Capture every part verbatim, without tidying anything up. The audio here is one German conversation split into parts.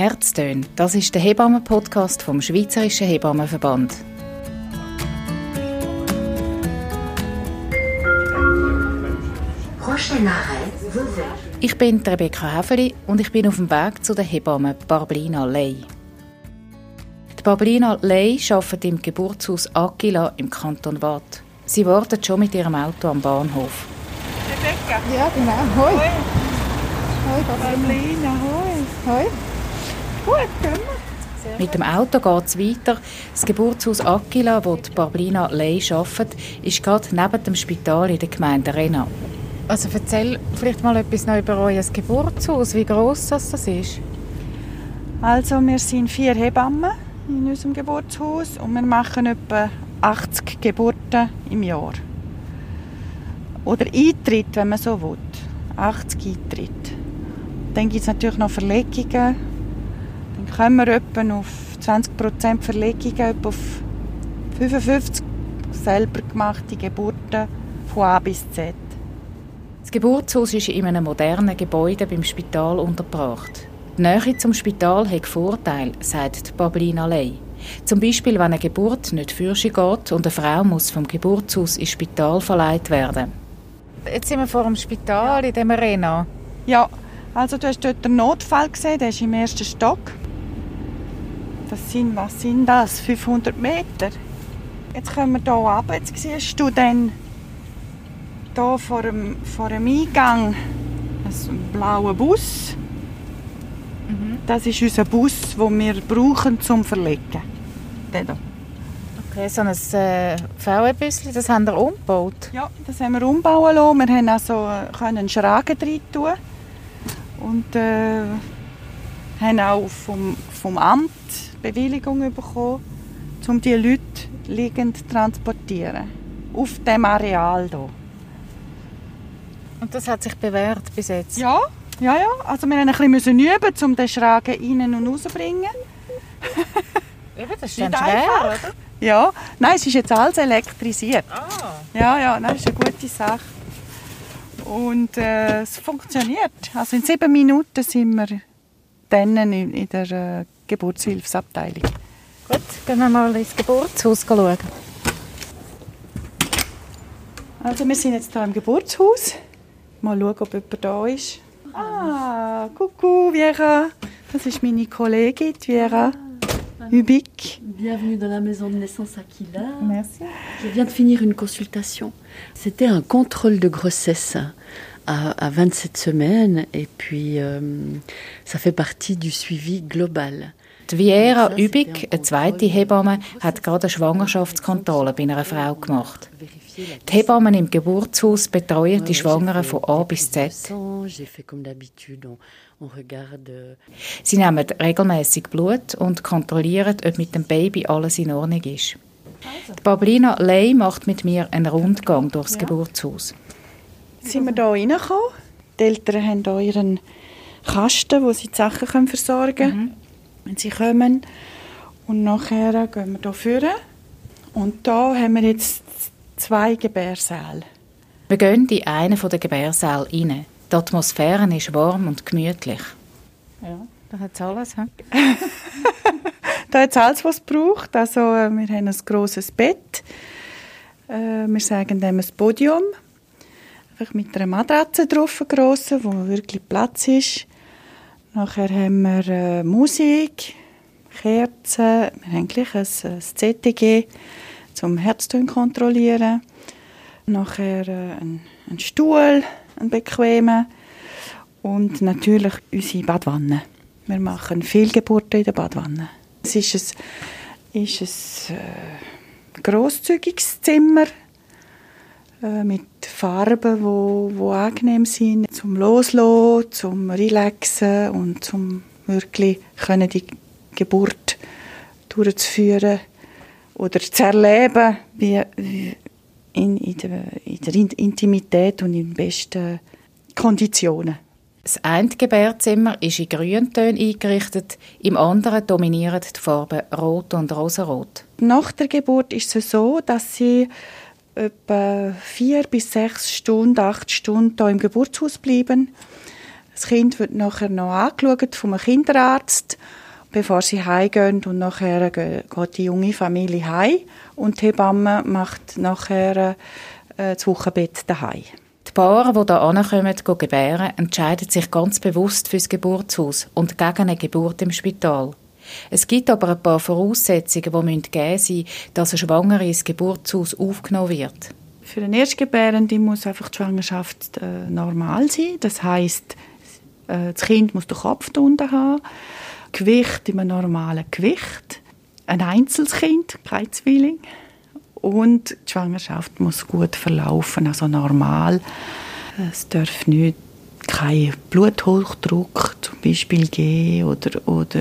Herztöne, das ist der Hebammen-Podcast vom Schweizerischen Hebammenverband. Ich bin Rebecca Häfeli und ich bin auf dem Weg zu der Hebamme Barblina Ley. Die Barblina Ley arbeitet im Geburtshaus Aquila im Kanton Waadt. Sie wartet schon mit ihrem Auto am Bahnhof. Rebecca? Ja, genau. Hoi. Hoi. Hoi, Barblina, hoi. Hoi. Gut, gehen wir. Mit dem Auto geht es weiter. Das Geburtshaus Aquila, wo die Barblina Ley arbeitet, ist gerade neben dem Spital in der Gemeinde Rena. Also erzähl vielleicht mal etwas noch über euer Geburtshaus, wie gross das ist. Also wir sind vier Hebammen in unserem Geburtshaus und wir machen etwa achtzig Geburten im Jahr. Oder Eintritt, wenn man so will. achtzig Eintritte. Dann gibt es natürlich noch Verlegungen. Dann kommen wir etwa auf zwanzig Prozent Verlegungen, etwa auf fünfundfünfzig selber gemachte Geburten von A bis Z. Das Geburtshaus ist in einem modernen Gebäude beim Spital untergebracht. Die Nähe zum Spital hat Vorteile, sagt Barblina Ley. Zum Beispiel, wenn eine Geburt nicht fürschen geht und eine Frau muss vom Geburtshaus ins Spital verleiht werden. Jetzt sind wir vor dem Spital in dem Arena. Ja, also du hast dort den Notfall gesehen, der ist im ersten Stock. Das sind, was sind das? fünfhundert Meter. Jetzt kommen wir hier runter. Jetzt siehst du dann hier vor dem, vor dem Eingang einen blauen Bus. Mhm. Das ist unser Bus, den wir brauchen zum Verlegen. Der hier. Okay, so ein äh, V W-Büsschen, das haben wir umgebaut? Ja, das haben wir umbauen lassen. Wir haben also können einen Schragen rein tun und äh, haben auch vom, vom Amt Bewilligung bekommen, um die Leute liegend zu transportieren. Auf dem Areal hier. Und das hat sich bewährt bis jetzt? Ja, ja, ja. Also wir mussten ein bisschen üben, um den Schragen rein und raus zu bringen. Eben, das ist Nicht dann schwer, einfach. oder? Ja, nein, es ist jetzt alles elektrisiert. Ah. Ja, ja, das ist eine gute Sache. Und äh, es funktioniert. Also in sieben Minuten sind wir dann in, in der äh, Geburtshilfsabteilung. Gut, gehen wir mal ins Geburtshaus schauen. Also wir sind jetzt hier im Geburtshaus. Mal schauen, ob jemand da ist. Ah, coucou Viera. Das ist meine Kollegin, Viera Ubik. Bienvenue dans la maison de naissance Aquila. Merci. Je viens de finir une consultation. C'était un contrôle de grossesse à, à vingt-sept semaines et puis euh, ça fait partie du suivi global. Die Viera Ubik, eine zweite Hebamme, hat gerade eine Schwangerschaftskontrolle bei einer Frau gemacht. Die Hebammen im Geburtshaus betreuen die Schwangeren von A bis Z. Sie nehmen regelmäßig Blut und kontrollieren, ob mit dem Baby alles in Ordnung ist. Die Barblina Ley macht mit mir einen Rundgang durchs ja. Geburtshaus. Jetzt sind wir hier reingekommen. Die Eltern haben hier ihren Kasten, wo sie die Sachen versorgen können, mhm. wenn sie kommen. Und nachher gehen wir hier vorne. Und hier haben wir jetzt zwei Gebärsäle. Wir gehen in einen der Gebärsäle rein. Die Atmosphäre ist warm und gemütlich. Ja, da hat es alles. He? Da hat es alles, was es braucht. Also, wir haben ein grosses Bett. Wir sagen dem ein Podium. Einfach mit einer Matratze drauf, eine grosse, wo wirklich Platz ist. Nachher haben wir äh, Musik, Kerzen. Wir haben gleich ein, ein C T G zum Herztöne kontrollieren. Nachher äh, ein, ein Stuhl, ein bequemer. Und natürlich unsere Badwanne. Wir machen viele Geburten in der Badwanne. Es ist ein, ist ein äh, grosszügiges Zimmer äh, mit Farben, wo, wo angenehm sind, zum Loslassen, zum Relaxen und zum wirklich können die Geburt durchzuführen oder zu erleben, wie, wie in, in, der, in der Intimität und in den besten Konditionen. Das eine Gebärzimmer ist in Grüntönen eingerichtet, im anderen dominieren die Farben Rot und Rosarot. Nach der Geburt ist es so, dass sie etwa vier bis sechs Stunden, acht Stunden hier im Geburtshaus bleiben. Das Kind wird nachher noch angeschaut vom Kinderarzt, bevor sie heimgehen, und nachher geht die junge Familie heim und die Hebamme macht nachher äh, das Wochenbett daheim. Die Paare, die hier ankommen, gebären, entscheiden sich ganz bewusst für das Geburtshaus und gegen eine Geburt im Spital. Es gibt aber ein paar Voraussetzungen, die gegeben sein müssen, dass eine Schwangere ins Geburtshaus aufgenommen wird. Für eine Erstgebärende muss einfach die Schwangerschaft äh, normal sein. Das heisst, äh, das Kind muss den Kopf unten haben, Gewicht in einem normalen Gewicht, ein Einzelkind, kein Zwilling. Und die Schwangerschaft muss gut verlaufen, also normal. Es darf nicht kein Bluthochdruck zum Beispiel geben oder, oder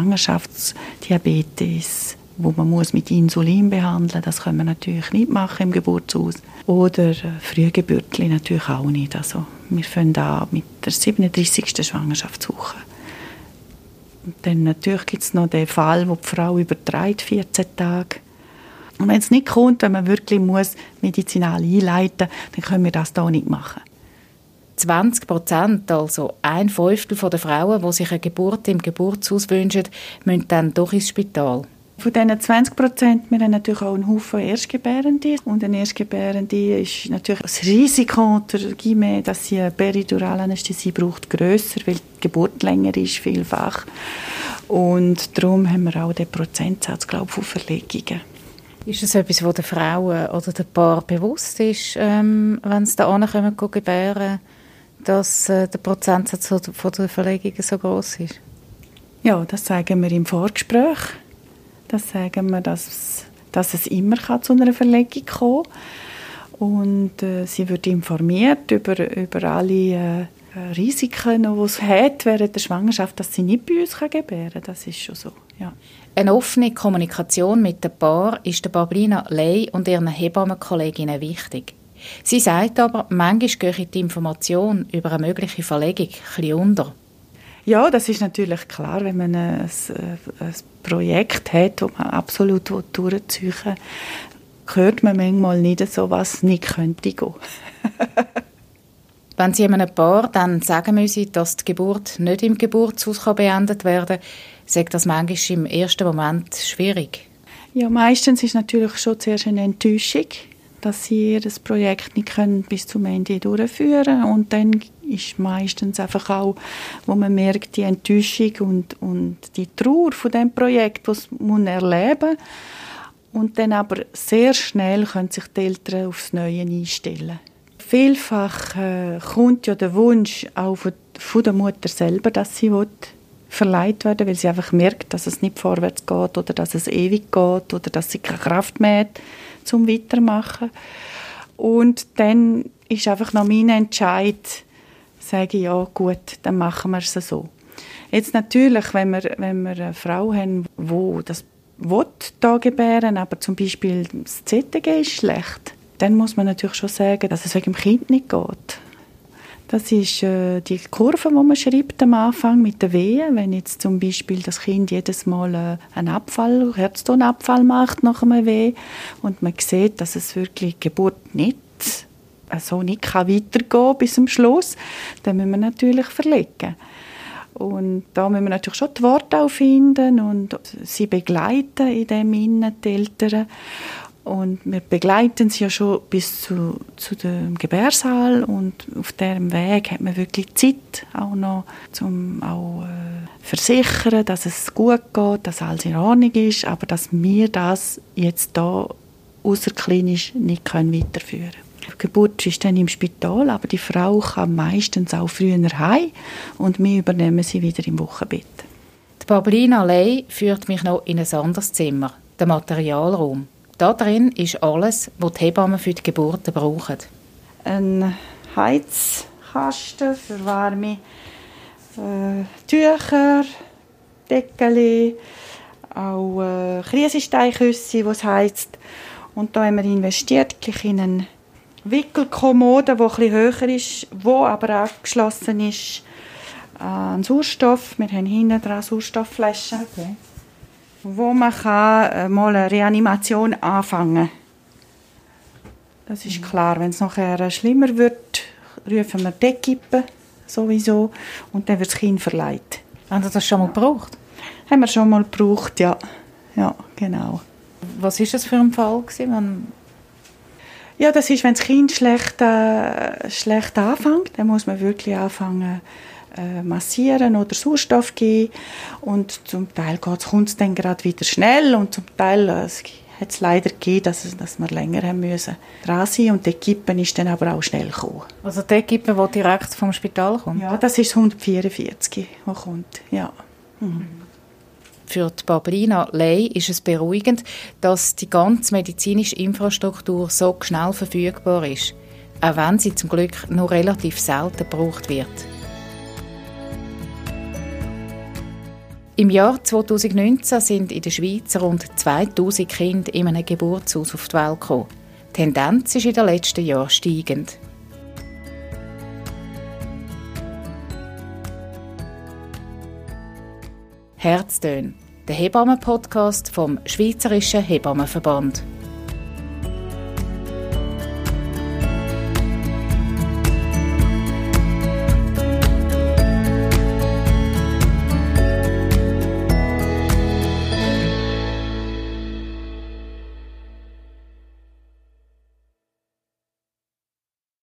Schwangerschaftsdiabetes, wo man muss mit Insulin behandeln muss. Das können wir natürlich nicht machen im Geburtshaus. Oder Frühgeburtli natürlich auch nicht. Also wir fangen an mit der siebenunddreißigsten Schwangerschaftswoche. Und dann natürlich gibt es noch den Fall, wo die Frau übertreibt, vierzehn Tage. Und wenn es nicht kommt, wenn man wirklich muss medizinal einleiten muss, dann können wir das hier nicht machen. zwanzig Prozent, also ein Fünftel der Frauen, die sich eine Geburt im Geburtshaus wünschen, müssen dann doch ins Spital. Von diesen zwanzig Prozent wir haben natürlich auch einen Haufen Erstgebärende. Und eine Erstgebärende ist natürlich das Risiko, dass sie eine Periduralanästhesie braucht, grösser, weil die Geburt länger ist, vielfach. Und darum haben wir auch den Prozentsatz, glaube ich, von Verlegungen. Ist das etwas, was den Frauen oder den Paaren bewusst ist, ähm, wenn sie da ankommen, gebären, dass äh, der Prozentsatz von der Verlegungen so gross ist? Ja, das sagen wir im Vorgespräch. Das sagen wir, dass, dass es immer kann zu einer Verlegung kommen kann. Und äh, sie wird informiert über, über alle äh, Risiken, die es hat während der Schwangerschaft, dass sie nicht bei uns gebären kann. Das ist schon so, ja. Eine offene Kommunikation mit dem Paar ist der Pablina Ley und ihren Hebammenkolleginnen wichtig. Sie sagt aber, manchmal gehe die Information über eine mögliche Verlegung ein bisschen unter. Ja, das ist natürlich klar, wenn man ein, ein Projekt hat, das man absolut durchziehen will, hört man manchmal nicht so, was nicht könnte gehen. Wenn Sie einem Paar dann sagen müssen, dass die Geburt nicht im Geburtshaus beendet werden kann, sagt das manchmal im ersten Moment schwierig. Ja, meistens ist natürlich schon zuerst eine Enttäuschung, dass sie ihr Projekt nicht können bis zum Ende durchführen können. Und dann ist meistens einfach auch, wo man merkt, die Enttäuschung und, und die Trauer von dem Projekt, das man erleben muss. Und dann aber sehr schnell können sich die Eltern aufs Neue einstellen. Vielfach äh, kommt ja der Wunsch auch von, von der Mutter selber, dass sie will, verleiht werden, weil sie einfach merkt, dass es nicht vorwärts geht oder dass es ewig geht oder dass sie keine Kraft mehr hat, zum Weitermachen. Und dann ist einfach noch mein Entscheid, sage ich, ja gut, dann machen wir es so. Jetzt natürlich, wenn wir, wenn wir eine Frau haben, die das will, da gebären, aber zum Beispiel das Z T G ist schlecht, dann muss man natürlich schon sagen, dass es wegen dem Kind nicht geht. Das ist äh, die Kurve, die man schreibt am Anfang mit den Wehen. Wenn jetzt zum Beispiel das Kind jedes Mal äh, einen Abfall, Herztonabfall macht nach einem Weh und man sieht, dass es wirklich die Geburt nicht, also nicht kann weitergehen bis zum Schluss, dann müssen wir natürlich verlegen. Und da müssen wir natürlich schon die Worte auch finden und sie begleiten in dem Innen, die Eltern. Und wir begleiten sie ja schon bis zu, zu dem Gebärsaal und auf diesem Weg hat man wirklich Zeit auch noch, um auch äh, versichern, dass es gut geht, dass alles in Ordnung ist, aber dass wir das jetzt hier ausserklinisch nicht können weiterführen können. Die Geburt ist dann im Spital, aber die Frau kann meistens auch früher heim und wir übernehmen sie wieder im Wochenbett. Die Pablina Ley führt mich noch in ein anderes Zimmer, den Materialraum. Da drin ist alles, was die Hebammen für die Geburten brauchen. Ein Heizkasten für warme äh, Tücher, Deckeli, auch äh, Krisesteinküsse, die es heizt. Und da haben wir investiert in eine Wickelkommode, die etwas höher ist, die aber angeschlossen ist an Sauerstoff. Wir haben hinten dran Sauerstoffflaschen. Okay. Wo man kann, äh, mal eine Reanimation anfangen kann. Das ist klar. Wenn es nachher schlimmer wird, rufen wir die Equipe sowieso. Und dann wird das Kind verleiht. Haben Sie das schon mal gebraucht? Haben wir schon mal gebraucht, ja. Ja, genau. Was war das für ein Fall gewesen, wenn Ja, das ist, wenn das Kind schlecht, äh, schlecht anfängt, dann muss man wirklich anfangen äh, massieren oder Sauerstoff geben. Und zum Teil kommt es dann gerade wieder schnell und zum Teil äh, hat es leider gegeben, dass, dass wir länger haben müssen dran sein. Und die Equipe ist dann aber auch schnell gekommen. Also die Equipe, die direkt vom Spital kommt? Ja, das ist hundertvierundvierzig, die kommt, ja. Mhm. Für die Pablina Ley ist es beruhigend, dass die ganze medizinische Infrastruktur so schnell verfügbar ist, auch wenn sie zum Glück nur relativ selten gebraucht wird. Im Jahr zweitausendneunzehn sind in der Schweiz rund zweitausend Kinder in einem Geburtshaus auf die Welt gekommen. Die Tendenz ist in den letzten Jahren steigend. Herztöne, der Hebammen-Podcast vom Schweizerischen Hebammenverband.